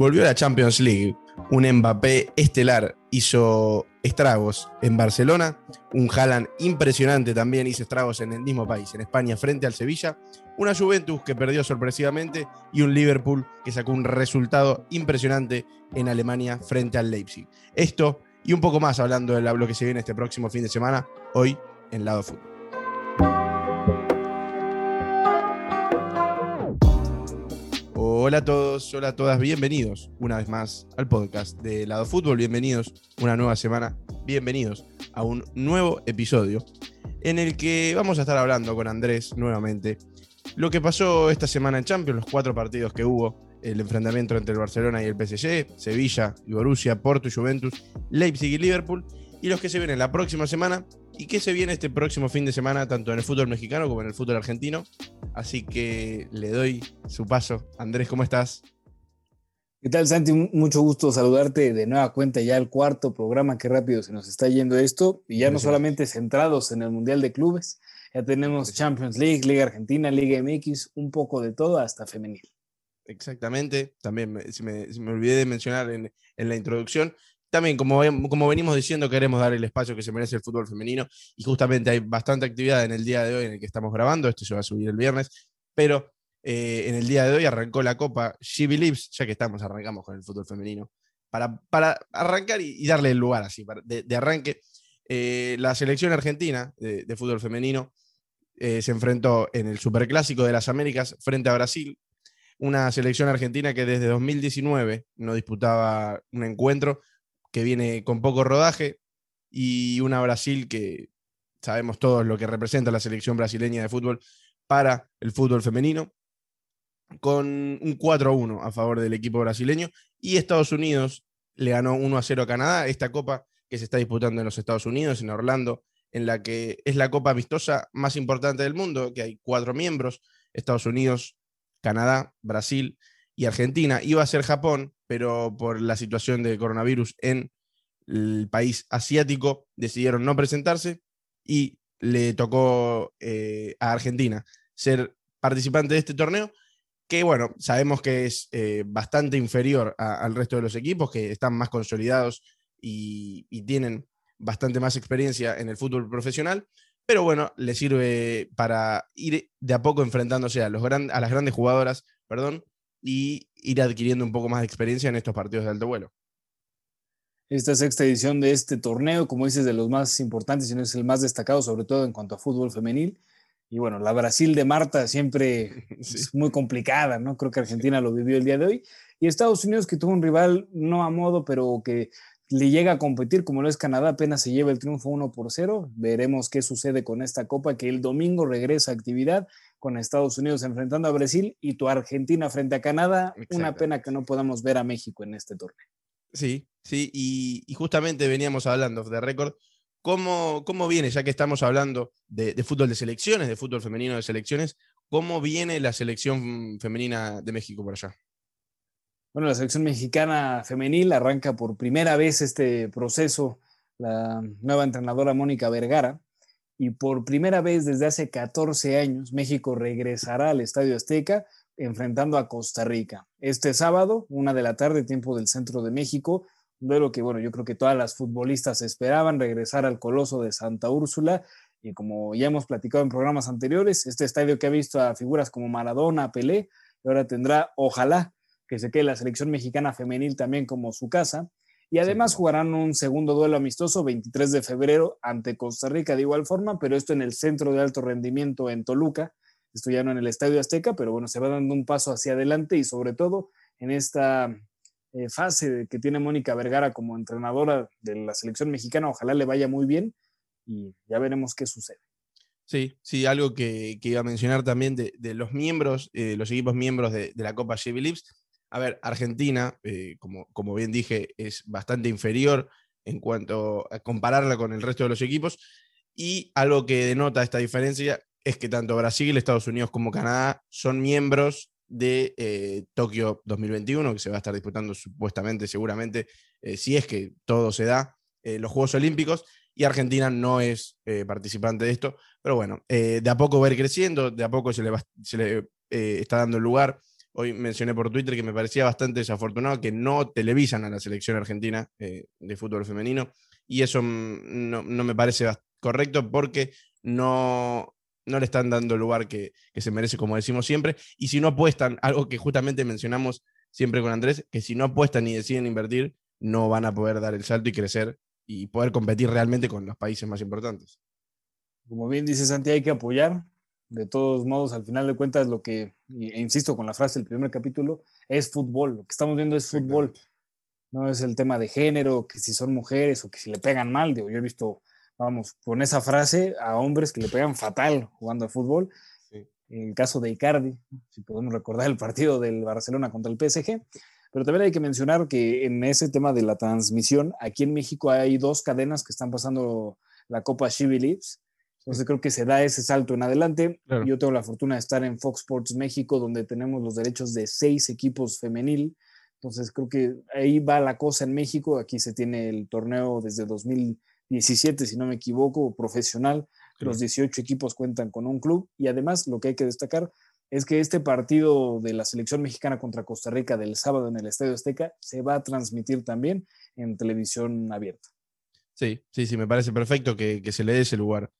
Volvió a la Champions League. Un Mbappé estelar hizo estragos en Barcelona. Un Haaland impresionante también hizo estragos en el mismo país, en España, frente al Sevilla. Una Juventus que perdió sorpresivamente y un Liverpool que sacó un resultado impresionante en Alemania frente al Leipzig. Esto y un poco más hablando de lo que se viene este próximo fin de semana, hoy en Lado Fútbol. Hola a todos, hola a todas, bienvenidos una vez más al podcast de Lado Fútbol, bienvenidos una nueva semana, bienvenidos a un nuevo episodio en el que vamos a estar hablando con Andrés nuevamente lo que pasó esta semana en Champions, los 4 partidos que hubo, el enfrentamiento entre el Barcelona y el PSG, Sevilla y Borussia, Porto y Juventus, Leipzig y Liverpool, y los que se vienen la próxima semana y que se viene este próximo fin de semana tanto en el fútbol mexicano como en el fútbol argentino. Así que le doy su paso. Andrés, ¿cómo estás? ¿Qué tal, Santi? Mucho gusto saludarte de nueva cuenta, ya el 4º programa. Qué rápido se nos está yendo esto, y ya no solamente centrados en el Mundial de Clubes, ya tenemos Champions League, Liga Argentina, Liga MX, un poco de todo, hasta femenil. Exactamente, también me olvidé de mencionar en la introducción. También, como venimos diciendo, queremos dar el espacio que se merece el fútbol femenino, y justamente hay bastante actividad en el día de hoy en el que estamos grabando. Esto se va a subir el viernes, pero en el día de hoy arrancó la Copa She Believes, ya que arrancamos con el fútbol femenino, para arrancar y darle el lugar así, de arranque. La selección argentina de fútbol femenino se enfrentó en el Superclásico de las Américas frente a Brasil, una selección argentina que desde 2019 no disputaba un encuentro, que viene con poco rodaje, y una Brasil que sabemos todos lo que representa la selección brasileña de fútbol para el fútbol femenino, con un 4-1 a favor del equipo brasileño, y Estados Unidos le ganó 1-0 a Canadá, esta copa que se está disputando en los Estados Unidos, en Orlando, en la que es la copa amistosa más importante del mundo, que hay 4 miembros, Estados Unidos, Canadá, Brasil y Argentina. Iba a ser Japón, pero por la situación de coronavirus en el país asiático decidieron no presentarse y le tocó a Argentina ser participante de este torneo, que bueno, sabemos que es bastante inferior al resto de los equipos, que están más consolidados y tienen bastante más experiencia en el fútbol profesional, pero bueno, le sirve para ir de a poco enfrentándose a las grandes jugadoras, y ir adquiriendo un poco más de experiencia en estos partidos de alto vuelo. Esta 6ª edición de este torneo, como dices, de los más importantes, si no es el más destacado, sobre todo en cuanto a fútbol femenil. Y bueno, la Brasil de Marta siempre sí, es muy complicada, ¿no? Creo que Argentina sí lo vivió el día de hoy. Y Estados Unidos, que tuvo un rival no a modo, pero que le llega a competir, como lo es Canadá, apenas se lleva el triunfo 1-0. Veremos qué sucede con esta copa, que el domingo regresa a actividad con Estados Unidos enfrentando a Brasil y tu Argentina frente a Canadá. Una pena que no podamos ver a México en este torneo. Sí, y justamente veníamos hablando de récord. ¿Cómo viene, ya que estamos hablando de fútbol de selecciones, de fútbol femenino de selecciones, cómo viene la selección femenina de México por allá? Bueno, la selección mexicana femenil arranca por primera vez este proceso la nueva entrenadora Mónica Vergara, y por primera vez desde hace 14 años México regresará al Estadio Azteca enfrentando a Costa Rica. Este sábado, 1:00 p.m, tiempo del centro de México, un duelo que, bueno, yo creo que todas las futbolistas esperaban, regresar al Coloso de Santa Úrsula, y como ya hemos platicado en programas anteriores, este estadio que ha visto a figuras como Maradona, Pelé, y ahora tendrá, ojalá, que se quede la selección mexicana femenil también como su casa, y además jugarán un segundo duelo amistoso 23 de febrero ante Costa Rica de igual forma, pero esto en el Centro de Alto Rendimiento en Toluca, esto ya no en el Estadio Azteca, pero bueno, se va dando un paso hacia adelante, y sobre todo en esta fase que tiene Mónica Vergara como entrenadora de la selección mexicana, ojalá le vaya muy bien, y ya veremos qué sucede. Sí, algo que iba a mencionar también de los miembros, los equipos miembros de la Copa She Believes. A ver, Argentina, como bien dije, es bastante inferior en cuanto a compararla con el resto de los equipos, y algo que denota esta diferencia es que tanto Brasil, Estados Unidos como Canadá son miembros de Tokio 2021, que se va a estar disputando supuestamente, seguramente, si es que todo se da, los Juegos Olímpicos, y Argentina no es participante de esto, pero bueno, de a poco va a ir creciendo, de a poco se le está dando el lugar hoy mencioné por Twitter que me parecía bastante desafortunado que no televisan a la selección argentina de fútbol femenino, y eso no me parece correcto porque no le están dando el lugar que se merece, como decimos siempre, y si no apuestan, algo que justamente mencionamos siempre con Andrés, que si no apuestan y deciden invertir, no van a poder dar el salto y crecer y poder competir realmente con los países más importantes. Como bien dice Santi, hay que apoyar. De todos modos, al final de cuentas, lo que, e insisto con la frase del primer capítulo, es fútbol. Lo que estamos viendo es fútbol. No es el tema de género, que si son mujeres o que si le pegan mal. Digo, yo he visto, vamos, con esa frase a hombres que le pegan fatal jugando al fútbol. Sí. En el caso de Icardi, si podemos recordar el partido del Barcelona contra el PSG. Pero también hay que mencionar que en ese tema de la transmisión, aquí en México hay 2 cadenas que están pasando la Copa She Believes. Entonces creo que se da ese salto en adelante. Claro. Yo tengo la fortuna de estar en Fox Sports México, donde tenemos los derechos de 6 equipos femenil. Entonces creo que ahí va la cosa en México. Aquí se tiene el torneo desde 2017, si no me equivoco, profesional. Sí. Los 18 equipos cuentan con un club. Y además lo que hay que destacar es que este partido de la selección mexicana contra Costa Rica del sábado en el Estadio Azteca se va a transmitir también en televisión abierta. Sí, me parece perfecto que se le dé ese lugar.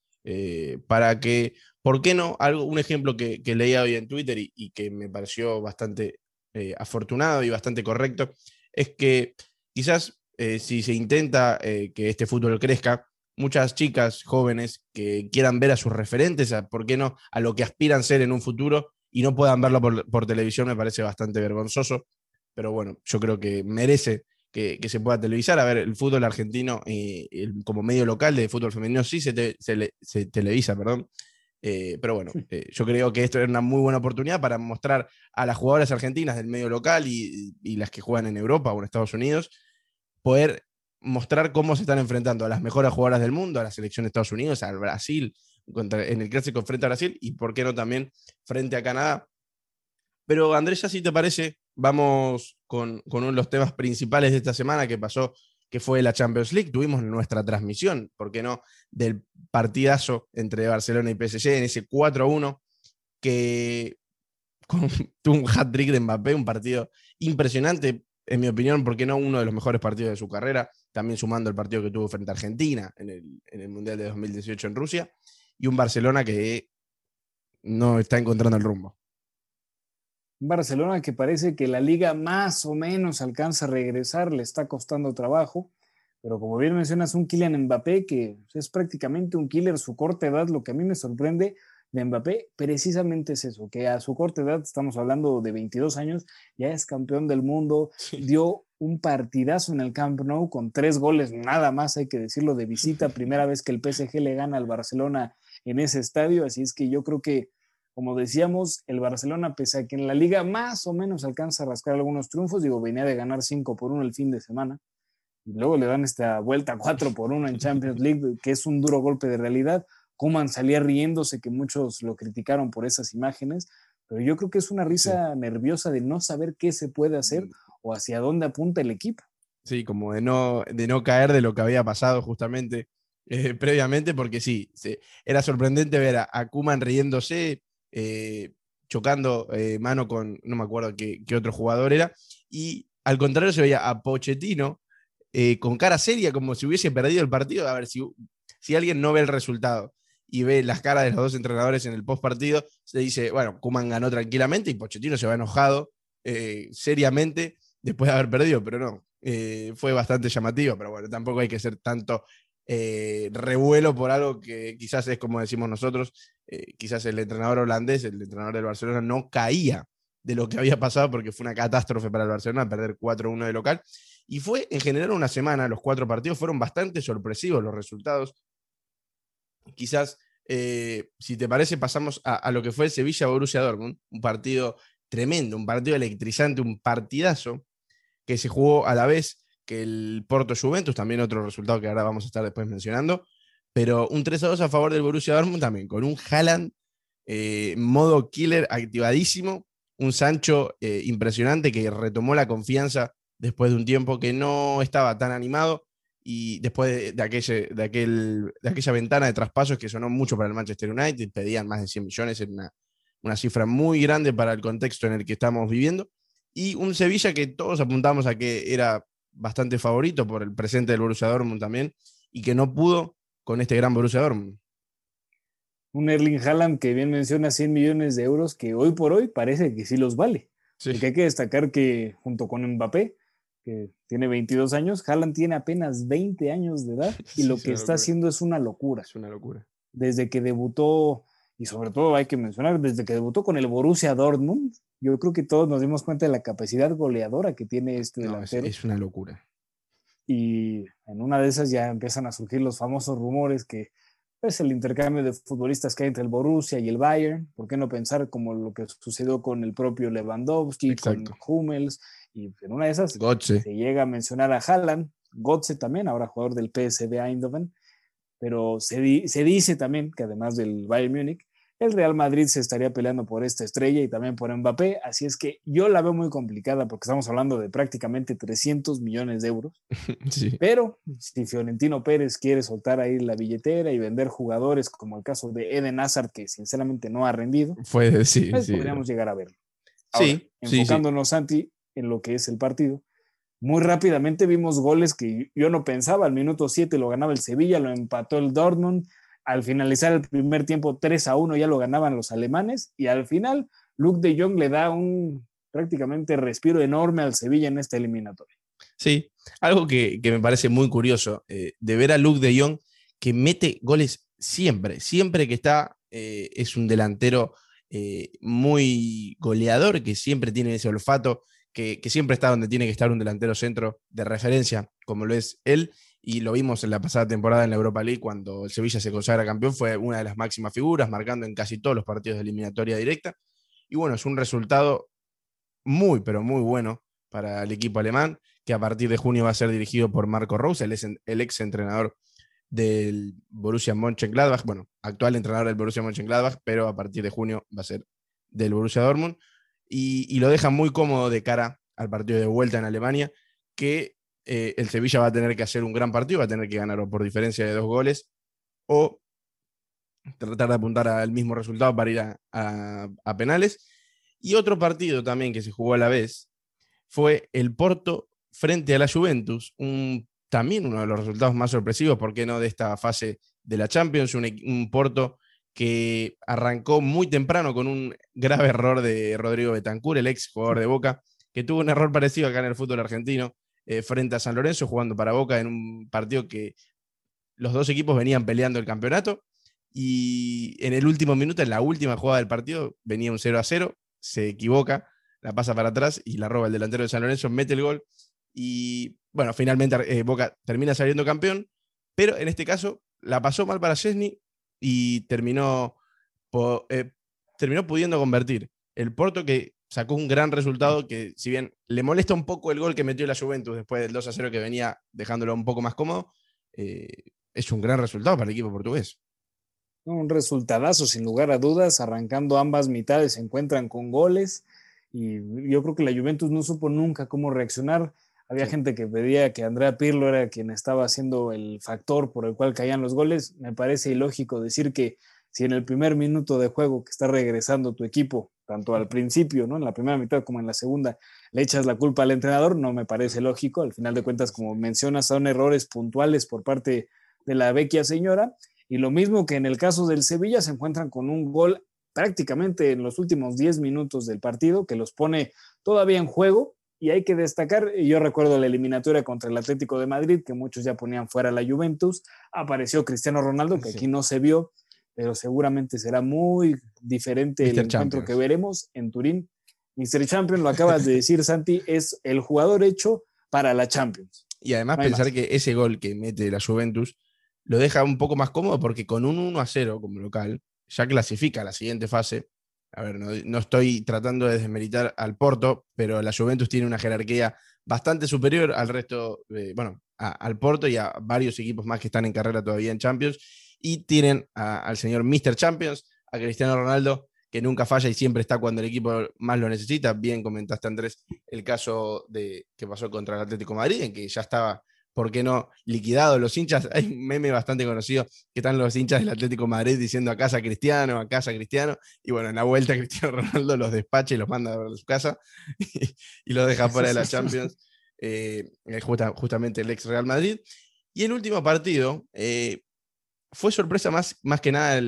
Para que, ¿por qué no? Un ejemplo que leía hoy en Twitter y que me pareció bastante afortunado y bastante correcto, es que quizás si se intenta que este fútbol crezca, muchas chicas jóvenes que quieran ver a sus referentes, ¿por qué no? A lo que aspiran ser en un futuro y no puedan verlo por televisión, me parece bastante vergonzoso, pero bueno, yo creo que merece que se pueda televisar. A ver, el fútbol argentino como medio local de fútbol femenino sí se televisa, perdón. Pero bueno, yo creo que esto era una muy buena oportunidad para mostrar a las jugadoras argentinas del medio local y las que juegan en Europa o en Estados Unidos, poder mostrar cómo se están enfrentando a las mejores jugadoras del mundo, a la selección de Estados Unidos, al Brasil, en el clásico frente a Brasil y por qué no también frente a Canadá. Pero Andrés, ya si te parece, vamos con uno de los temas principales de esta semana que pasó, que fue la Champions League. Tuvimos nuestra transmisión, ¿por qué no?, del partidazo entre Barcelona y PSG en ese 4-1, que tuvo un hat-trick de Mbappé, un partido impresionante, en mi opinión, ¿por qué no?, uno de los mejores partidos de su carrera, también sumando el partido que tuvo frente a Argentina en el Mundial de 2018 en Rusia, y un Barcelona que no está encontrando el rumbo. Barcelona que parece que la liga más o menos alcanza a regresar, le está costando trabajo, pero como bien mencionas, un Kylian Mbappé que es prácticamente un killer, su corta edad. Lo que a mí me sorprende de Mbappé precisamente es eso, que a su corta edad, estamos hablando de 22 años, ya es campeón del mundo, sí. Dio un partidazo en el Camp Nou con 3 goles, nada más hay que decirlo, de visita, primera vez que el PSG le gana al Barcelona en ese estadio, así es que yo creo que, como decíamos, el Barcelona, pese a que en la liga más o menos alcanza a rascar algunos triunfos, digo, venía de ganar 5-1 el fin de semana, y luego le dan esta vuelta 4-1 en Champions League, que es un duro golpe de realidad. Koeman salía riéndose, que muchos lo criticaron por esas imágenes, pero yo creo que es una risa nerviosa de no saber qué se puede hacer o hacia dónde apunta el equipo. Sí, como de no caer de lo que había pasado justamente previamente, porque sí, era sorprendente ver a Koeman riéndose, chocando mano con, no me acuerdo qué otro jugador era, y al contrario se veía a Pochettino con cara seria, como si hubiese perdido el partido. A ver, si alguien no ve el resultado y ve las caras de los 2 entrenadores en el post partido, se dice, bueno, Koeman ganó tranquilamente y Pochettino se va enojado seriamente después de haber perdido, pero no, fue bastante llamativo, pero bueno, tampoco hay que ser tanto revuelo por algo que quizás es como decimos nosotros, quizás el entrenador holandés, el entrenador del Barcelona, no caía de lo que había pasado porque fue una catástrofe para el Barcelona perder 4-1 de local. Y fue en general una semana, los 4 partidos fueron bastante sorpresivos los resultados. Quizás, si te parece, pasamos a lo que fue el Sevilla-Borussia Dortmund, un partido tremendo, un partido electrizante, un partidazo que se jugó a la vez que el Porto-Juventus, también otro resultado que ahora vamos a estar después mencionando, pero un 3-2 a favor del Borussia Dortmund también, con un Haaland modo killer activadísimo, un Sancho impresionante que retomó la confianza después de un tiempo que no estaba tan animado y después de aquella ventana de traspasos que sonó mucho para el Manchester United, pedían más de 100 millones en una cifra muy grande para el contexto en el que estamos viviendo, y un Sevilla que todos apuntamos a que era bastante favorito por el presente del Borussia Dortmund también, y que no pudo con este gran Borussia Dortmund. Un Erling Haaland que bien menciona 100 millones de euros, que hoy por hoy parece que sí los vale. Sí. Porque hay que destacar que junto con Mbappé, que tiene 22 años, Haaland tiene apenas 20 años de edad y Sí, lo que está haciendo es una locura. Es una locura. Desde que debutó, y sobre todo hay que mencionar, desde que debutó con el Borussia Dortmund, yo creo que todos nos dimos cuenta de la capacidad goleadora que tiene este delantero. Es una locura. Y en una de esas ya empiezan a surgir los famosos rumores que es el intercambio de futbolistas que hay entre el Borussia y el Bayern. ¿Por qué no pensar como lo que sucedió con el propio Lewandowski, Exacto, con Hummels? Y en una de esas Götze. se llega a mencionar a Haaland, Götze también, ahora jugador del PSV Eindhoven, pero se dice también que además del Bayern Múnich, el Real Madrid se estaría peleando por esta estrella y también por Mbappé, así es que yo la veo muy complicada porque estamos hablando de prácticamente 300 millones de euros. Sí. Pero si Florentino Pérez quiere soltar ahí la billetera y vender jugadores como el caso de Eden Hazard, que sinceramente no ha rendido, Fue, sí, pues sí. podríamos llegar a verlo. Ahora, Sí, enfocándonos, Santi, en lo que es el partido, muy rápidamente vimos goles que yo no pensaba. Al minuto 7 lo ganaba el Sevilla, lo empató el Dortmund. Al finalizar el primer tiempo 3-1 ya lo ganaban los alemanes y al final Luuk de Jong le da un prácticamente respiro enorme al Sevilla en esta eliminatoria. Sí, algo que me parece muy curioso, de ver a Luuk de Jong, que mete goles siempre que está, es un delantero muy goleador, que siempre tiene ese olfato, que siempre está donde tiene que estar un delantero centro de referencia, como lo es él, y lo vimos en la pasada temporada en la Europa League, cuando el Sevilla se consagra campeón, fue una de las máximas figuras, marcando en casi todos los partidos de eliminatoria directa, y bueno, es un resultado muy, pero muy bueno para el equipo alemán, que a partir de junio va a ser dirigido por Marco Rose, el ex entrenador del Borussia Mönchengladbach, bueno, actual entrenador del Borussia Mönchengladbach, pero a partir de junio va a ser del Borussia Dortmund, y lo deja muy cómodo de cara al partido de vuelta en Alemania, que el Sevilla va a tener que hacer un gran partido, va a tener que ganar o por diferencia de 2 goles, o tratar de apuntar al mismo resultado para ir a penales. Y otro partido también que se jugó a la vez fue el Porto frente a la Juventus, también uno de los resultados más sorpresivos, ¿por qué no?, de esta fase de la Champions, un Porto que arrancó muy temprano con un grave error de Rodrigo Bentancur, el ex jugador de Boca, que tuvo un error parecido acá en el fútbol argentino, frente a San Lorenzo, jugando para Boca en un partido que los dos equipos venían peleando el campeonato, y en el último minuto, en la última jugada del partido, venía un 0-0, se equivoca, la pasa para atrás y la roba el delantero de San Lorenzo, mete el gol y bueno, finalmente Boca termina saliendo campeón, pero en este caso la pasó mal para Szczęsny y terminó pudiendo convertir. El Porto, que sacó un gran resultado, que si bien le molesta un poco el gol que metió la Juventus después del 2-0 que venía dejándolo un poco más cómodo, es un gran resultado para el equipo portugués. Un resultadazo, sin lugar a dudas, arrancando ambas mitades se encuentran con goles y yo creo que la Juventus no supo nunca cómo reaccionar. Había gente que pedía que Andrea Pirlo era quien estaba haciendo el factor por el cual caían los goles. Me parece ilógico decir que si en el primer minuto de juego que está regresando tu equipo, tanto al principio, ¿no?, en la primera mitad como en la segunda, le echas la culpa al entrenador, no me parece lógico. Al final de cuentas, como mencionas, son errores puntuales por parte de la vecchia señora. Y lo mismo que en el caso del Sevilla, se encuentran con un gol prácticamente en los últimos 10 minutos del partido que los pone todavía en juego. Y hay que destacar, yo recuerdo la eliminatoria contra el Atlético de Madrid, que muchos ya ponían fuera a la Juventus, apareció Cristiano Ronaldo, que aquí no se vio, pero seguramente será muy diferente el encuentro que veremos en Turín. Mr. Champions, lo acabas de decir, Santi, es el jugador hecho para la Champions. Y además pensar que ese gol que mete la Juventus lo deja un poco más cómodo porque con un 1-0 como local ya clasifica a la siguiente fase. A ver, no estoy tratando de desmeritar al Porto, pero la Juventus tiene una jerarquía bastante superior al resto, al Porto y a varios equipos más que están en carrera todavía en Champions, y tienen al señor Mr. Champions, a Cristiano Ronaldo, que nunca falla y siempre está cuando el equipo más lo necesita. Bien comentaste, Andrés, el caso que pasó contra el Atlético de Madrid, en que ya estaba ¿por qué no? Liquidado. Los hinchas, hay un meme bastante conocido que están los hinchas del Atlético de Madrid diciendo a casa Cristiano, y bueno, en la vuelta Cristiano Ronaldo los despacha y los manda a su casa y los deja fuera de la Champions, justamente el ex Real Madrid. Y el último partido, fue sorpresa más que nada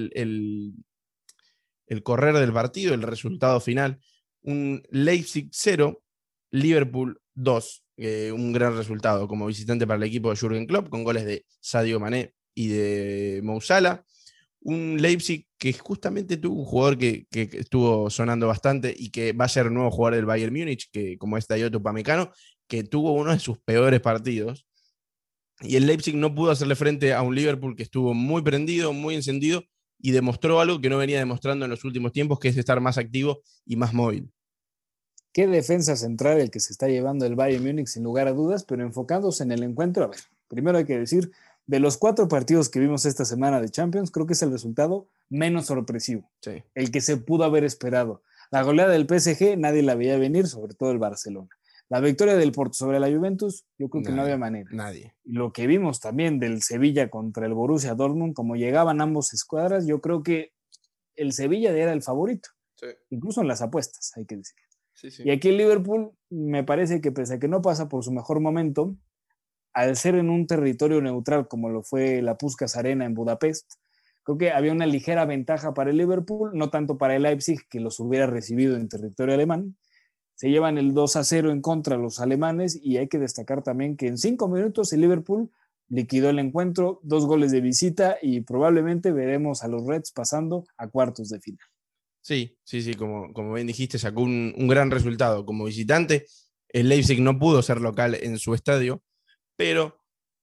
el correr del partido, el resultado final. Un Leipzig 0, Liverpool 2. Un gran resultado como visitante para el equipo de Jürgen Klopp, con goles de Sadio Mané y de Mo Salah. Un Leipzig que justamente tuvo un jugador que estuvo sonando bastante y que va a ser nuevo jugador del Bayern Múnich, que como es Dayot Upamecano, que tuvo uno de sus peores partidos. Y el Leipzig no pudo hacerle frente a un Liverpool que estuvo muy prendido, muy encendido y demostró algo que no venía demostrando en los últimos tiempos, que es estar más activo y más móvil. Qué defensa central el que se está llevando el Bayern Múnich, sin lugar a dudas, pero enfocándose en el encuentro, a ver, primero hay que decir, de los 4 partidos que vimos esta semana de Champions, creo que es el resultado menos sorpresivo, Sí. el que se pudo haber esperado. La goleada del PSG nadie la veía venir, sobre todo el Barcelona. La victoria del Porto sobre la Juventus, yo creo que no había manera. Nadie. Y lo que vimos también del Sevilla contra el Borussia Dortmund, como llegaban ambos escuadras, yo creo que el Sevilla era el favorito, Sí. incluso en las apuestas, hay que decir. Sí, sí. Y aquí el Liverpool me parece que pese a que no pasa por su mejor momento, al ser en un territorio neutral como lo fue la Puskás Arena en Budapest, creo que había una ligera ventaja para el Liverpool, no tanto para el Leipzig, que los hubiera recibido en territorio alemán. Se llevan el 2-0 en contra los alemanes y hay que destacar también que en 5 minutos el Liverpool liquidó el encuentro, 2 goles de visita y probablemente veremos a los Reds pasando a cuartos de final. Sí, como bien dijiste, sacó un gran resultado como visitante. El Leipzig no pudo ser local en su estadio, pero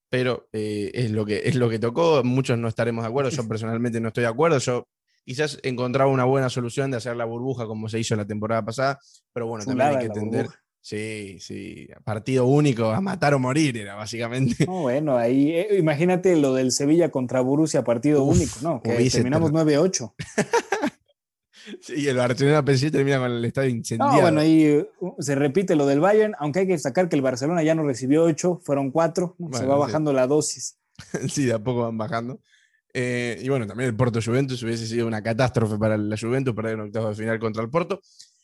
es lo que tocó. Muchos no estaremos de acuerdo, yo personalmente no estoy de acuerdo. Yo quizás encontraba una buena solución de hacer la burbuja como se hizo la temporada pasada, pero bueno, Chulada también hay que entender. Burbuja. Sí, partido único, a matar o morir era básicamente. No, bueno, ahí imagínate lo del Sevilla contra Borussia, partido único, ¿no? Que terminamos 9-8. Sí, el Barcelona PSG termina con el estadio incendiado. No, bueno, ahí se repite lo del Bayern, aunque hay que destacar que el Barcelona ya no recibió 8, fueron 4, ¿no? Bueno, Se va bajando la dosis. Sí, de a poco van bajando. Y bueno, también el Porto Juventus hubiese sido una catástrofe para la Juventus perder en octavos de final contra el Porto.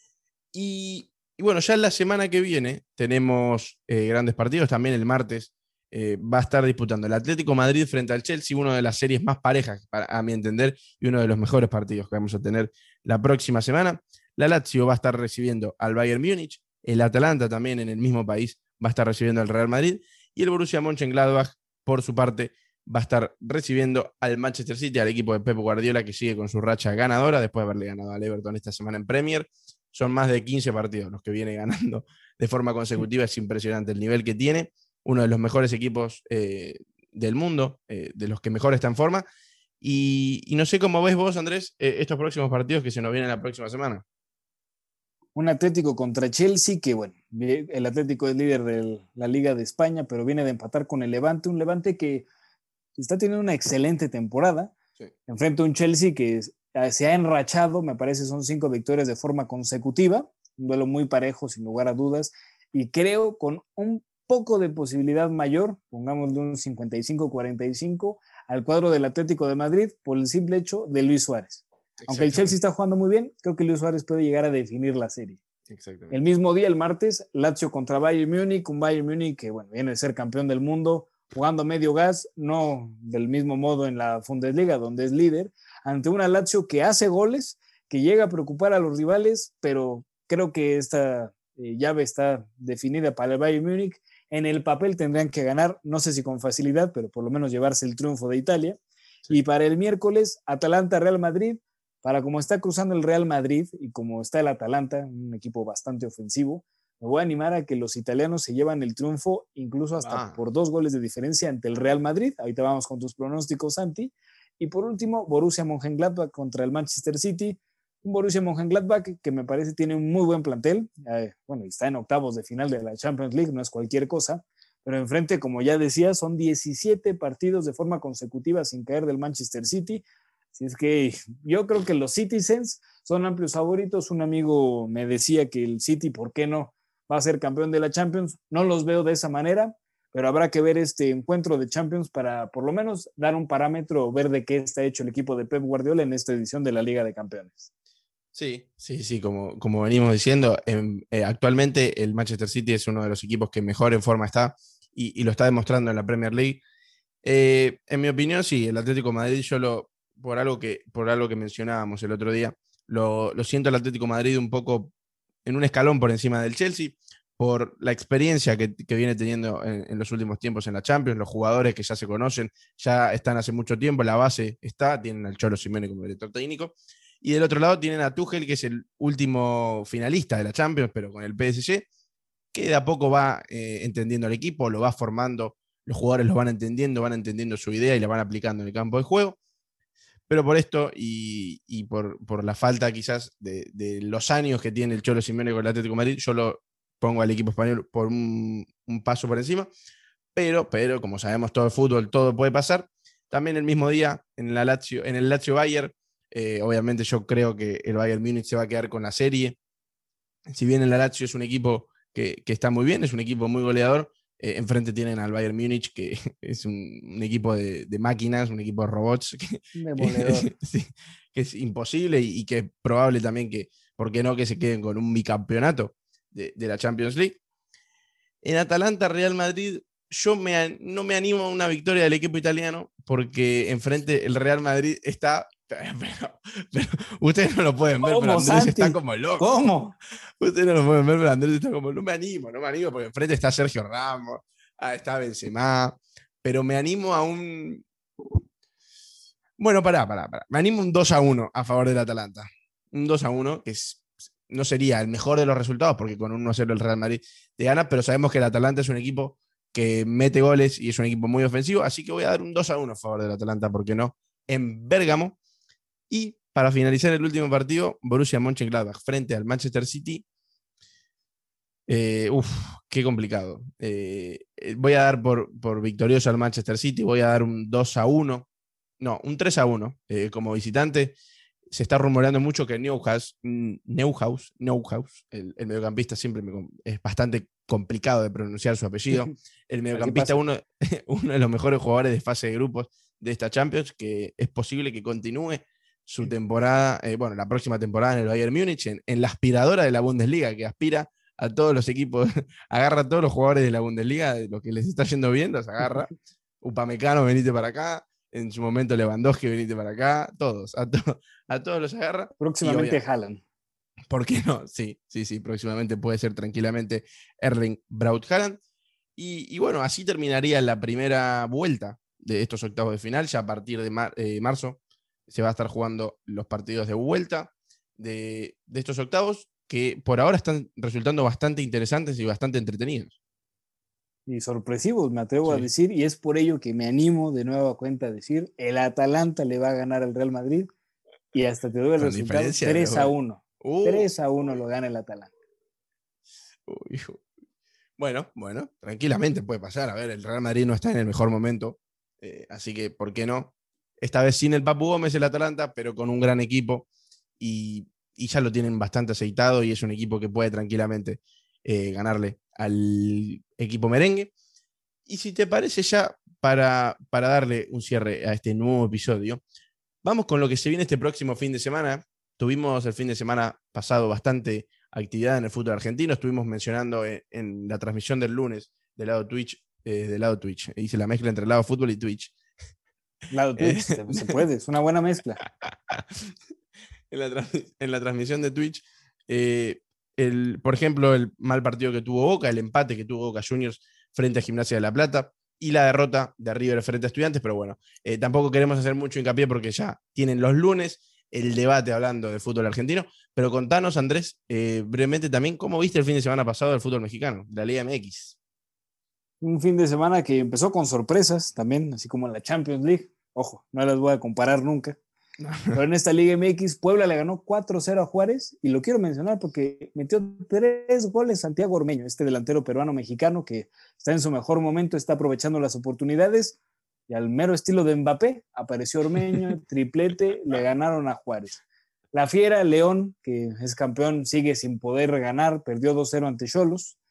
Y bueno, ya la semana que viene tenemos grandes partidos. También el martes va a estar disputando el Atlético Madrid frente al Chelsea, una de las series más parejas, a mi entender, y uno de los mejores partidos que vamos a tener la próxima semana. La Lazio va a estar recibiendo al Bayern Múnich. El Atalanta también en el mismo país va a estar recibiendo al Real Madrid. Y el Borussia Mönchengladbach, por su parte, va a estar recibiendo al Manchester City, al equipo de Pep Guardiola, que sigue con su racha ganadora después de haberle ganado al Everton esta semana en Premier. Son más de 15 partidos los que viene ganando de forma consecutiva. Es impresionante el nivel que tiene. Uno de los mejores equipos del mundo, de los que mejor está en forma. Y no sé cómo ves vos, Andrés, estos próximos partidos que se nos vienen la próxima semana. Un Atlético contra Chelsea, que bueno, el Atlético es líder de la Liga de España, pero viene de empatar con el Levante, un Levante que está teniendo una excelente temporada. Sí. Enfrenta a un Chelsea que se ha enrachado, me parece son 5 victorias de forma consecutiva, un duelo muy parejo sin lugar a dudas, y creo con un poco de posibilidad mayor, pongámosle un 55-45 al cuadro del Atlético de Madrid por el simple hecho de Luis Suárez. Aunque el Chelsea está jugando muy bien, creo que Luis Suárez puede llegar a definir la serie. El mismo día, el martes, Lazio contra Bayern Múnich, un Bayern Múnich que bueno, viene de ser campeón del mundo, jugando medio gas, no del mismo modo en la Bundesliga, donde es líder, ante una Lazio que hace goles, que llega a preocupar a los rivales, pero creo que esta llave está definida para el Bayern Múnich. En el papel tendrían que ganar, no sé si con facilidad, pero por lo menos llevarse el triunfo de Italia. Sí. Y para el miércoles, Atalanta-Real Madrid, para como está cruzando el Real Madrid y como está el Atalanta, un equipo bastante ofensivo, me voy a animar a que los italianos se llevan el triunfo incluso hasta por 2 goles de diferencia ante el Real Madrid. Ahorita vamos con tus pronósticos, Santi. Y por último, Borussia Mönchengladbach contra el Manchester City. Un Borussia Mönchengladbach que me parece tiene un muy buen plantel. Bueno, está en octavos de final de la Champions League, no es cualquier cosa. Pero enfrente, como ya decía, son 17 partidos de forma consecutiva sin caer del Manchester City. Así es que yo creo que los Citizens son amplios favoritos. Un amigo me decía que el City, ¿por qué no va a ser campeón de la Champions? No los veo de esa manera, pero habrá que ver este encuentro de Champions para por lo menos dar un parámetro, ver de qué está hecho el equipo de Pep Guardiola en esta edición de la Liga de Campeones. Sí, como venimos diciendo, actualmente el Manchester City es uno de los equipos que mejor en forma está y lo está demostrando en la Premier League. En mi opinión, sí, el Atlético de Madrid, por algo que mencionábamos el otro día, lo siento el Atlético de Madrid un poco en un escalón por encima del Chelsea, por la experiencia que viene teniendo en los últimos tiempos en la Champions, los jugadores que ya se conocen, ya están hace mucho tiempo, la base está, tienen al Cholo Simeone como director técnico, y del otro lado tienen a Tuchel, que es el último finalista de la Champions, pero con el PSG, que de a poco va entendiendo al equipo, lo va formando, los jugadores lo van entendiendo su idea y la van aplicando en el campo de juego. Pero por esto y por la falta quizás de los años que tiene el Cholo Simeone con el Atlético de Madrid, yo lo pongo al equipo español por un paso por encima. Pero como sabemos, todo el fútbol, todo puede pasar. También el mismo día en el Lazio Bayern, obviamente yo creo que el Bayern Múnich se va a quedar con la serie. Si bien el Lazio es un equipo que está muy bien, es un equipo muy goleador, enfrente tienen al Bayern Múnich, que es un equipo de máquinas, un equipo de robots, sí, que es imposible y que es probable también que, ¿por qué no?, que se queden con un bicampeonato de la Champions League. En Atalanta, Real Madrid, no me animo a una victoria del equipo italiano porque enfrente el Real Madrid está... Pero ustedes no lo pueden ver, pero Andrés Santi? está como loco. ¿Cómo? Ustedes no lo pueden ver, pero Andrés está como, no me animo, porque enfrente está Sergio Ramos, está Benzema, pero me animo a un... Bueno, pará. Me animo un 2-1 a favor del Atalanta. Un 2-1, que no sería el mejor de los resultados, porque con un 1-0 el Real Madrid te gana, pero sabemos que el Atalanta es un equipo que mete goles y es un equipo muy ofensivo, así que voy a dar un 2-1 a favor del Atalanta, ¿por qué no? En Bérgamo. Y para finalizar el último partido, Borussia Mönchengladbach frente al Manchester City. Qué complicado. Voy a dar por victorioso al Manchester City, voy a dar un 2-1. No, un 3-1 como visitante. Se está rumoreando mucho que Neuhaus, el mediocampista, siempre es bastante complicado de pronunciar su apellido. El mediocampista, uno de los mejores jugadores de fase de grupos de esta Champions, que es posible que continúe su temporada, la próxima temporada en el Bayern Múnich, en la aspiradora de la Bundesliga, que aspira a todos los equipos, agarra a todos los jugadores de la Bundesliga, de lo que les está yendo bien, los agarra. Upamecano, venite para acá. En su momento Lewandowski, venite para acá. Todos, a todos los agarra. Próximamente Haaland. ¿Por qué no? Sí, próximamente puede ser tranquilamente Erling Braut Haaland. Y bueno, así terminaría la primera vuelta de estos octavos de final. Ya a partir de marzo se va a estar jugando los partidos de vuelta de estos octavos, que por ahora están resultando bastante interesantes y bastante entretenidos. Y sorpresivos, me atrevo a decir, y es por ello que me animo de nueva cuenta a decir, el Atalanta le va a ganar al Real Madrid, y hasta te doy el resultado, 3-1. 3-1 lo gana el Atalanta. Bueno, tranquilamente puede pasar. A ver, el Real Madrid no está en el mejor momento, así que, ¿por qué no? Esta vez sin el Papu Gómez el Atalanta, pero con un gran equipo, y ya lo tienen bastante aceitado, y es un equipo que puede tranquilamente ganarle al equipo merengue. Y si te parece, ya para darle un cierre a este nuevo episodio, vamos con lo que se viene este próximo fin de semana. Tuvimos el fin de semana pasado bastante actividad en el fútbol argentino. Estuvimos mencionando en la transmisión del lunes del lado Twitch. Hice la mezcla entre el lado fútbol y Twitch. Lado Twitch, se puede, es una buena mezcla. En la transmisión de Twitch, por ejemplo, el mal partido que tuvo Boca, el empate que tuvo Boca Juniors frente a Gimnasia de La Plata y la derrota de River frente a Estudiantes, pero bueno, tampoco queremos hacer mucho hincapié porque ya tienen los lunes el debate hablando de fútbol argentino, pero contanos, Andrés, brevemente también, ¿cómo viste el fin de semana pasado del fútbol mexicano, de la Liga MX? Un fin de semana que empezó con sorpresas también, así como en la Champions League. Ojo, no las voy a comparar nunca. Pero en esta Liga MX, Puebla le ganó 4-0 a Juárez, y lo quiero mencionar porque metió 3 goles Santiago Ormeño, este delantero peruano-mexicano que está en su mejor momento, está aprovechando las oportunidades, y al mero estilo de Mbappé, apareció Ormeño, triplete, le ganaron a Juárez. La Fiera, León, que es campeón, sigue sin poder ganar, perdió 2-0 ante Xolos,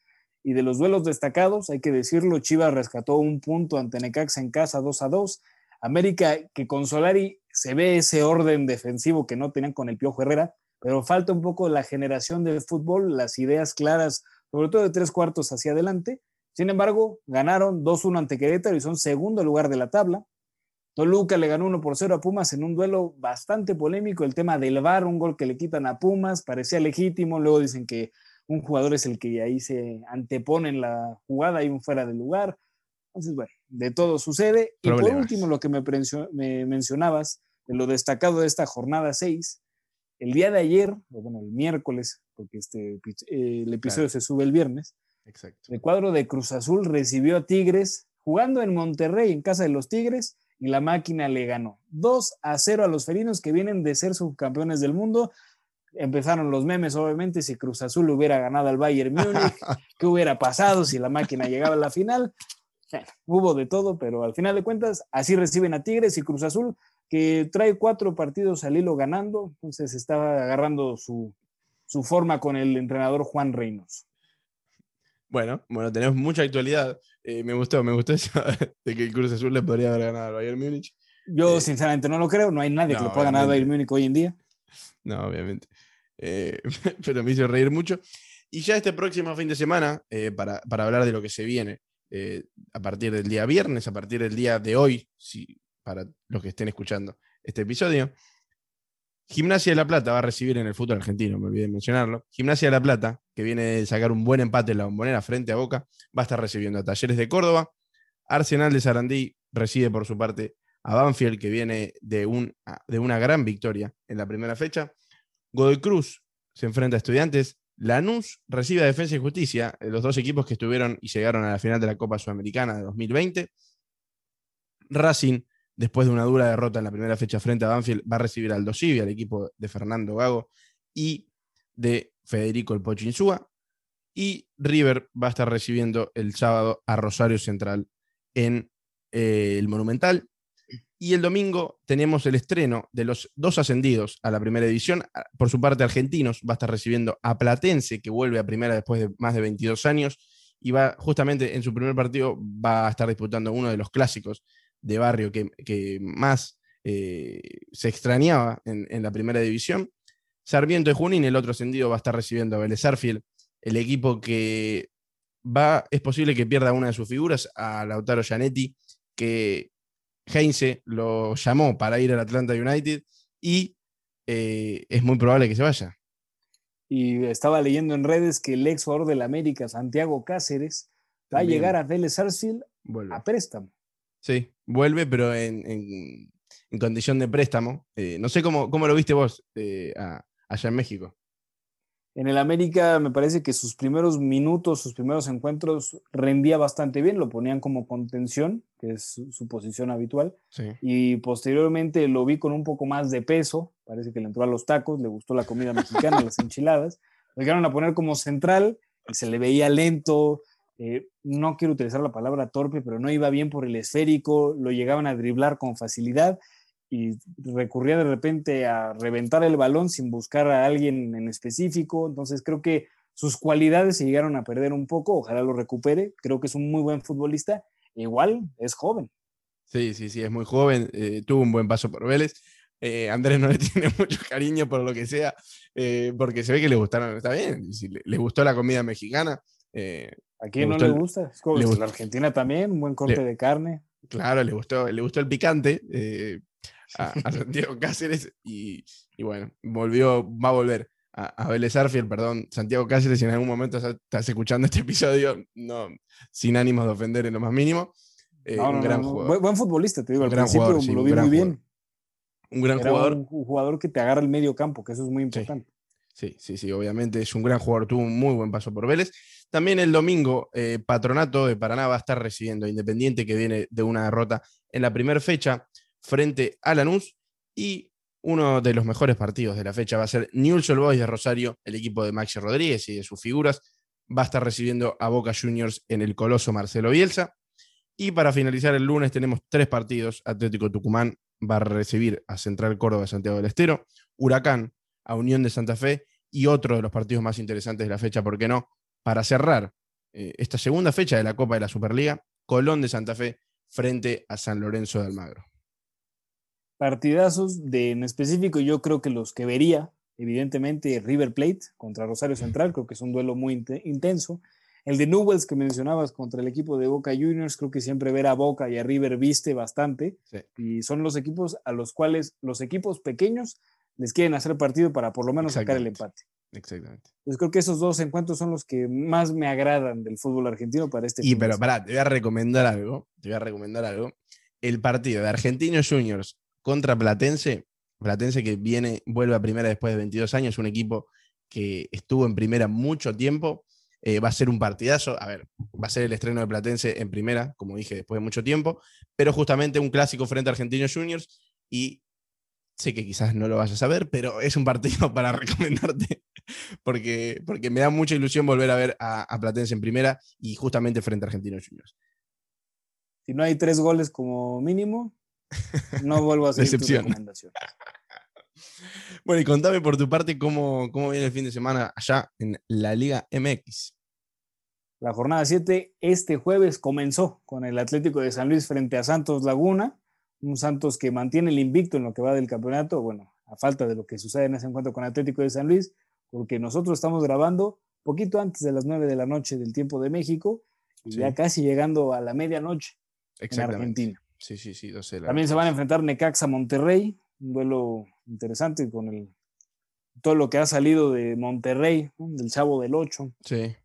Y de los duelos destacados, hay que decirlo, Chivas rescató un punto ante Necaxa en casa 2-2. América, que con Solari se ve ese orden defensivo que no tenían con el Piojo Herrera, pero falta un poco la generación del fútbol, las ideas claras, sobre todo de 3/4 hacia adelante. Sin embargo, ganaron 2-1 ante Querétaro y son segundo lugar de la tabla. Toluca le ganó 1-0 a Pumas en un duelo bastante polémico, el tema del VAR, un gol que le quitan a Pumas, parecía legítimo, luego dicen que un jugador es el que ahí se antepone en la jugada y un fuera de lugar. Entonces, bueno, de todo sucede. Problemas. Y por último, lo que me mencionabas, de lo destacado de esta jornada 6, el día de ayer, o bueno, el miércoles, porque el episodio se sube el viernes, Exacto. el cuadro de Cruz Azul recibió a Tigres jugando en Monterrey, en casa de los Tigres, y la máquina le ganó 2-0 a los felinos, que vienen de ser subcampeones del mundo. Empezaron los memes, obviamente, si Cruz Azul hubiera ganado al Bayern Múnich, ¿qué hubiera pasado si la máquina llegaba a la final? Hubo de todo, pero al final de cuentas, así reciben a Tigres y Cruz Azul, que trae 4 partidos al hilo ganando, entonces estaba agarrando su forma con el entrenador Juan Reynos. Bueno, tenemos mucha actualidad. Me gustó eso de que el Cruz Azul le podría haber ganado al Bayern Múnich. Yo sinceramente no lo creo, no hay nadie que le pueda ganar al Bayern Múnich hoy en día. No, obviamente. Pero me hizo reír mucho. Y ya este próximo fin de semana, para hablar de lo que se viene, a partir del día viernes, a partir del día de hoy, para los que estén escuchando este episodio, Gimnasia de La Plata va a recibir en el fútbol argentino, me olvidé de mencionarlo. Gimnasia de La Plata, que viene de sacar un buen empate en la Bombonera frente a Boca, va a estar recibiendo a Talleres de Córdoba. Arsenal de Sarandí recibe por su parte a Banfield, que viene de una gran victoria en la primera fecha. Godoy Cruz se enfrenta a Estudiantes. Lanús recibe a Defensa y Justicia, los dos equipos que estuvieron y llegaron a la final de la Copa Sudamericana de 2020. Racing, después de una dura derrota en la primera fecha frente a Banfield, va a recibir al Aldo Civi, al equipo de Fernando Gago y de Federico El Pocho Insúa. Y River va a estar recibiendo el sábado a Rosario Central en el Monumental. Y el domingo tenemos el estreno de los 2 ascendidos a la primera división. Por su parte, Argentinos va a estar recibiendo a Platense, que vuelve a primera después de más de 22 años. Y va justamente en su primer partido va a estar disputando uno de los clásicos de barrio que más se extrañaba en la primera división. Sarmiento de Junín, el otro ascendido, va a estar recibiendo a Vélez Sarsfield, el equipo que es posible que pierda una de sus figuras, a Lautaro Gianetti, que Heinze lo llamó para ir al Atlanta United y es muy probable que se vaya. Y estaba leyendo en redes que el ex jugador del América, Santiago Cáceres, va a llegar a Vélez Sarsfield a préstamo. Sí, vuelve, pero en condición de préstamo. No sé cómo lo viste vos allá en México. En el América me parece que sus primeros minutos, sus primeros encuentros rendía bastante bien, lo ponían como contención, que es su posición habitual, sí. Y posteriormente lo vi con un poco más de peso, parece que le entró a los tacos, le gustó la comida mexicana, las enchiladas, lo llegaron a poner como central y se le veía lento, no quiero utilizar la palabra torpe, pero no iba bien por el esférico, lo llegaban a driblar con facilidad y recurría de repente a reventar el balón sin buscar a alguien en específico. Entonces creo que sus cualidades se llegaron a perder un poco, ojalá lo recupere, creo que es un muy buen futbolista, igual es joven. Sí, es muy joven, tuvo un buen paso por Vélez. Andrés no le tiene mucho cariño por lo que sea, porque se ve que le gustaron, está bien, si le gustó la comida mexicana. ¿A quién no le gusta? La Argentina también, un buen corte de carne. Claro, le gustó el picante a Santiago Cáceres y bueno, va a volver a Vélez Sarsfield, perdón, Santiago Cáceres, si en algún momento estás escuchando este episodio, no, sin ánimos de ofender en lo más mínimo. Un gran jugador. Buen futbolista, te digo, al principio jugador, sí, lo vi muy bien. Un gran jugador. Un jugador que te agarra el medio campo, que eso es muy importante. Sí, obviamente es un gran jugador, tuvo un muy buen paso por Vélez. También el domingo, Patronato de Paraná va a estar recibiendo a Independiente, que viene de una derrota en la primera fecha frente a Lanús, y uno de los mejores partidos de la fecha va a ser Newell's Old Boys de Rosario, el equipo de Maxi Rodríguez y de sus figuras, va a estar recibiendo a Boca Juniors en el Coloso Marcelo Bielsa. Y para finalizar el lunes tenemos 3 partidos. Atlético Tucumán va a recibir a Central Córdoba de Santiago del Estero, Huracán a Unión de Santa Fe y otro de los partidos más interesantes de la fecha, ¿por qué no? Para cerrar esta segunda fecha de la Copa de la Superliga, Colón de Santa Fe frente a San Lorenzo de Almagro. Partidazos en específico, yo creo que los que vería, evidentemente, River Plate contra Rosario Central, creo que es un duelo muy intenso. El de Newell's que mencionabas contra el equipo de Boca Juniors, creo que siempre ver a Boca y a River viste bastante. Sí. Y son los equipos a los cuales los equipos pequeños les quieren hacer partido para por lo menos sacar el empate. Exactamente. Entonces creo que esos dos encuentros son los que más me agradan del fútbol argentino para este fin. Pero pará, te voy a recomendar algo. El partido de Argentinos Juniors contra Platense que vuelve a primera después de 22 años, un equipo que estuvo en primera mucho tiempo. Va a ser un partidazo. A ver, va a ser el estreno de Platense en primera, como dije, después de mucho tiempo, pero justamente un clásico frente a Argentinos Juniors, y sé que quizás no lo vayas a ver, pero es un partido para recomendarte, porque me da mucha ilusión volver a ver a Platense en primera y justamente frente a Argentinos Juniors. Si no hay 3 goles como mínimo, no vuelvo a seguir tu recomendación. Bueno, y contame por tu parte cómo viene el fin de semana allá en la Liga MX. La jornada 7 este jueves comenzó con el Atlético de San Luis frente a Santos Laguna, un Santos que mantiene el invicto en lo que va del campeonato, bueno, a falta de lo que sucede en ese encuentro con Atlético de San Luis, porque nosotros estamos grabando poquito antes de las 9 de la noche del tiempo de México, y sí, ya casi llegando a la medianoche en Argentina. Sí, 12 de la También noche. Se van a enfrentar Necaxa Monterrey, un duelo interesante con todo lo que ha salido de Monterrey, ¿no? Del Chavo del 8. Sí.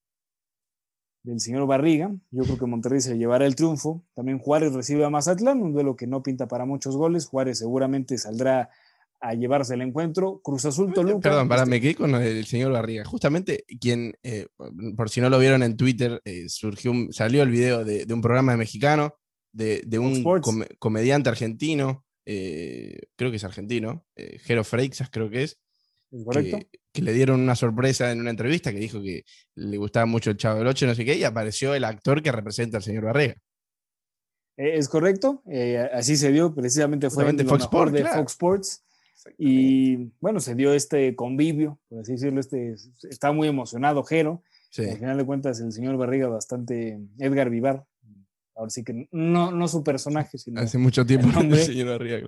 Del señor Barriga. Yo creo que Monterrey se llevará el triunfo. También Juárez recibe a Mazatlán, un duelo que no pinta para muchos goles. Juárez seguramente saldrá a llevarse el encuentro. Cruz Azul Toluca. Perdón, me quedé con el señor Barriga. Justamente quien, por si no lo vieron en Twitter, salió el video de un programa mexicano, de un comediante argentino, creo que es argentino, Jero Freixas creo que es. ¿Correcto? Que le dieron una sorpresa en una entrevista, que dijo que le gustaba mucho el Chavo del Ocho, no sé qué, y apareció el actor que representa al señor Barriga. Es correcto, así se dio, precisamente fue en Fox Sports, de Fox Sports. Y bueno, se dio este convivio, por así decirlo, está muy emocionado Jero. Sí. Al final de cuentas, el señor Barriga bastante Edgar Vivar, ahora sí que no su personaje, sino hace mucho tiempo el señor Barriga.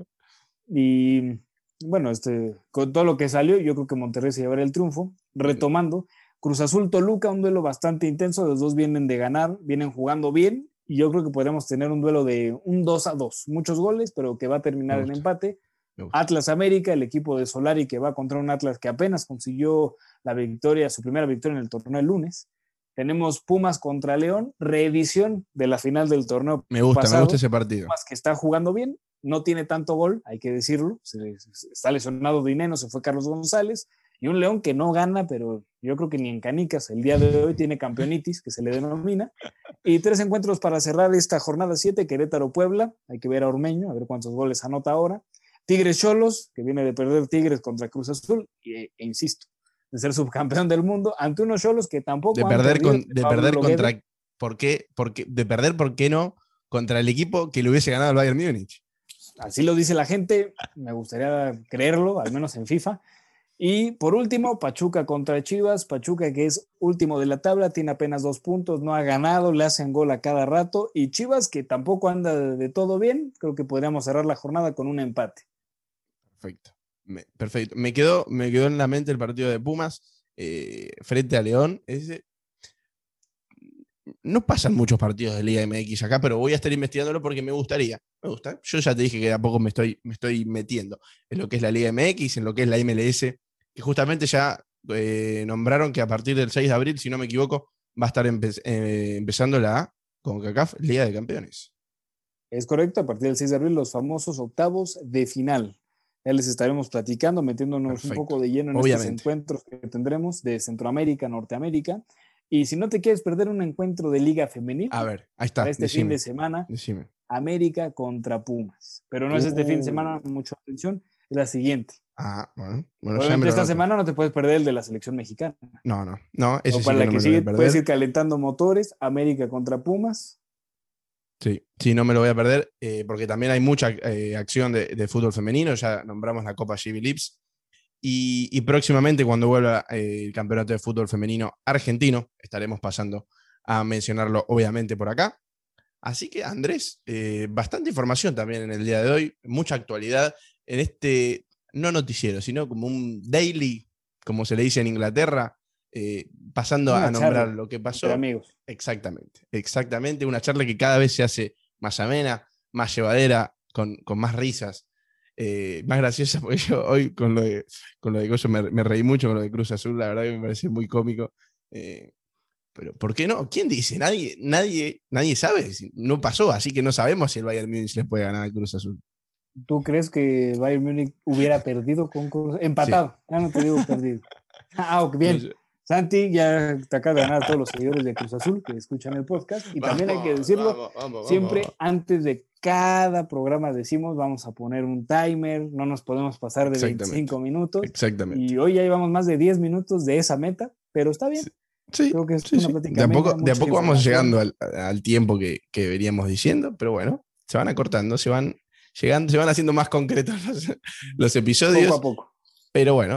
Y bueno, con todo lo que salió, yo creo que Monterrey se llevará el triunfo. Retomando, Cruz Azul Toluca, un duelo bastante intenso, los dos vienen de ganar, vienen jugando bien, y yo creo que podríamos tener un duelo de un 2-2, muchos goles, pero que va a terminar en empate. Atlas América, el equipo de Solari que va contra un Atlas que apenas consiguió su primera victoria en el torneo el lunes. Tenemos Pumas contra León, reedición de la final del torneo pasado. Me gusta ese partido. Pumas que está jugando bien, no tiene tanto gol, hay que decirlo. Está lesionado Dineno, se fue Carlos González. Y un León que no gana, pero yo creo que ni en canicas. El día de hoy tiene campeonitis, que se le denomina. Y 3 encuentros para cerrar esta jornada 7, Querétaro-Puebla. Hay que ver a Ormeño, a ver cuántos goles anota ahora. Tigres-Cholos, que viene de perder Tigres contra Cruz Azul. E insisto, de ser subcampeón del mundo, ante unos Cholos que tampoco de perder contra... ¿Por qué no? Contra el equipo que le hubiese ganado al Bayern Múnich. Así lo dice la gente, me gustaría creerlo, al menos en FIFA. Y por último, Pachuca contra Chivas. Pachuca, que es último de la tabla, tiene apenas 2 puntos, no ha ganado, le hacen gol a cada rato. Y Chivas, que tampoco anda de todo bien, creo que podríamos cerrar la jornada con un empate. Perfecto. Me quedó en la mente el partido de Pumas frente a León. No pasan muchos partidos de Liga MX acá, pero voy a estar investigándolo porque me gusta. Yo ya te dije que de a poco me estoy metiendo en lo que es la Liga MX, en lo que es la MLS, que justamente ya nombraron que a partir del 6 de abril, si no me equivoco, va a estar empezando la CONCACAF Liga de Campeones. Es correcto, a partir del 6 de abril los famosos octavos de final. Ya les estaremos platicando, metiéndonos un poco de lleno en estos encuentros que tendremos de Centroamérica, Norteamérica. Y si no te quieres perder un encuentro de Liga Femenil, a ver, ahí está, para este fin de semana, América contra Pumas. Pero no es este fin de semana, mucha atención, es la siguiente. Bueno, obviamente esta semana no te puedes perder el de la selección mexicana. No, ese sí para la que que sigue puedes ir calentando motores, América contra Pumas. Sí, no me lo voy a perder, porque también hay mucha acción de fútbol femenino, ya nombramos la Copa GB Lips. Y próximamente, cuando vuelva el campeonato de fútbol femenino argentino, estaremos pasando a mencionarlo obviamente por acá. Así que Andrés, bastante información también en el día de hoy, mucha actualidad en este, no noticiero, sino como un daily, como se le dice en Inglaterra, pasando Una a nombrar charla lo que entre pasó. amigos. Exactamente, una charla que cada vez se hace más amena, más llevadera, con más risas, más graciosa, porque yo hoy con lo de Goyo me reí mucho con lo de Cruz Azul, la verdad que me parece muy cómico. Pero ¿por qué no? ¿Quién dice? Nadie sabe, no pasó, así que no sabemos si el Bayern Múnich les puede ganar al Cruz Azul. ¿Tú crees que Bayern Múnich hubiera perdido con Cruz? Sí. Empatado, ya no te digo perdido. Ok, No bien. sé. Santi, ya te acaba de ganar a todos los seguidores de Cruz Azul que escuchan el podcast. Y también hay que decirlo, siempre antes de cada programa decimos, vamos a poner un timer, no nos podemos pasar de 25 minutos. Exactamente. Y hoy ya llevamos más de 10 minutos de esa meta, pero está bien. Sí, Creo que es sí, una sí. plática De a poco vamos llegando al tiempo que veníamos diciendo, pero bueno, se van acortando, se van llegando, se van haciendo más concretos los episodios. Poco a poco. Pero bueno,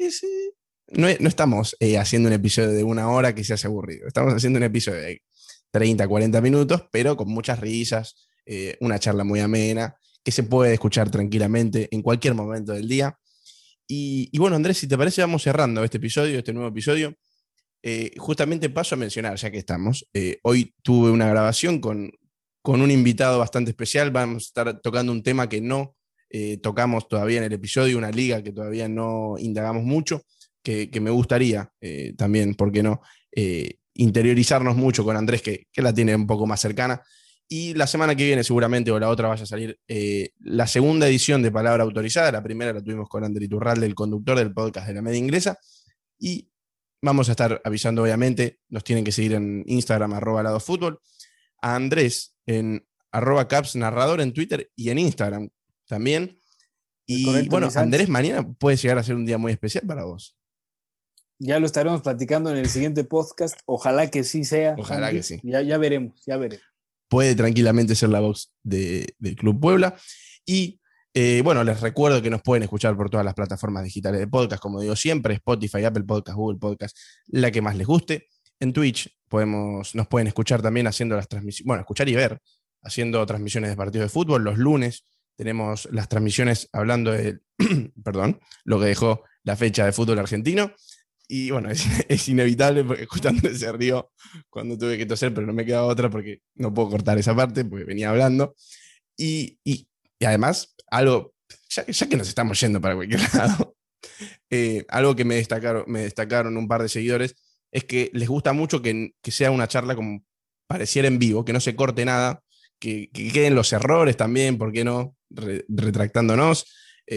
no estamos haciendo un episodio de 1 hora que se hace aburrido. Estamos haciendo un episodio de 30, 40 minutos, pero con muchas risas, una charla muy amena, que se puede escuchar tranquilamente en cualquier momento del día. Y bueno, Andrés, si te parece, vamos cerrando este nuevo episodio. Justamente paso a mencionar, ya que estamos, hoy tuve una grabación con un invitado bastante especial. Vamos a estar tocando un tema que no tocamos todavía en el episodio, una liga que todavía no indagamos mucho, que me gustaría también, ¿por qué no?, interiorizarnos mucho con Andrés, que la tiene un poco más cercana. Y la semana que viene seguramente, o la otra, vaya a salir la segunda edición de Palabra Autorizada. La primera la tuvimos con André Iturralde, el conductor del podcast de La Media Inglesa. Y vamos a estar avisando, obviamente, nos tienen que seguir en Instagram, @ladofutbol, a Andrés en @capsnarrador en Twitter y en Instagram también. Y correcto, bueno, Andrés, mañana puede llegar a ser un día muy especial para vos. Ya lo estaremos platicando en el siguiente podcast. Ojalá que sí sea. Ojalá Santi. que sí. Ya veremos. Puede tranquilamente ser la voz del Club Puebla. Y bueno, les recuerdo que nos pueden escuchar por todas las plataformas digitales de podcast, como digo siempre, Spotify, Apple Podcast, Google Podcast, la que más les guste. En Twitch nos pueden escuchar también haciendo las transmisiones, bueno, escuchar y ver, haciendo transmisiones de partidos de fútbol. Los lunes tenemos las transmisiones hablando de, perdón, lo que dejó la fecha de fútbol argentino. Y bueno, es inevitable porque justamente se rió cuando tuve que toser, pero no me queda otra porque no puedo cortar esa parte porque venía hablando. Y además, algo, ya que nos estamos yendo para cualquier lado, algo que me destacaron un par de seguidores es que les gusta mucho que sea una charla como pareciera en vivo, que no se corte nada, que queden los errores también, ¿por qué no? Retractándonos.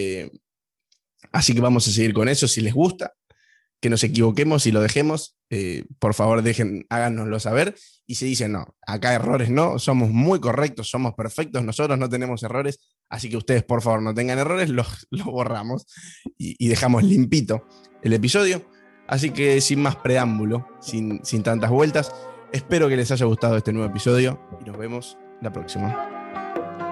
Así que vamos a seguir con eso si les gusta. Que nos equivoquemos y lo dejemos, por favor háganoslo saber. Y si dicen, no, acá errores no, somos muy correctos, somos perfectos, nosotros no tenemos errores, así que ustedes por favor no tengan errores, los borramos y dejamos limpito el episodio. Así que sin más preámbulo, sin tantas vueltas, espero que les haya gustado este nuevo episodio y nos vemos la próxima.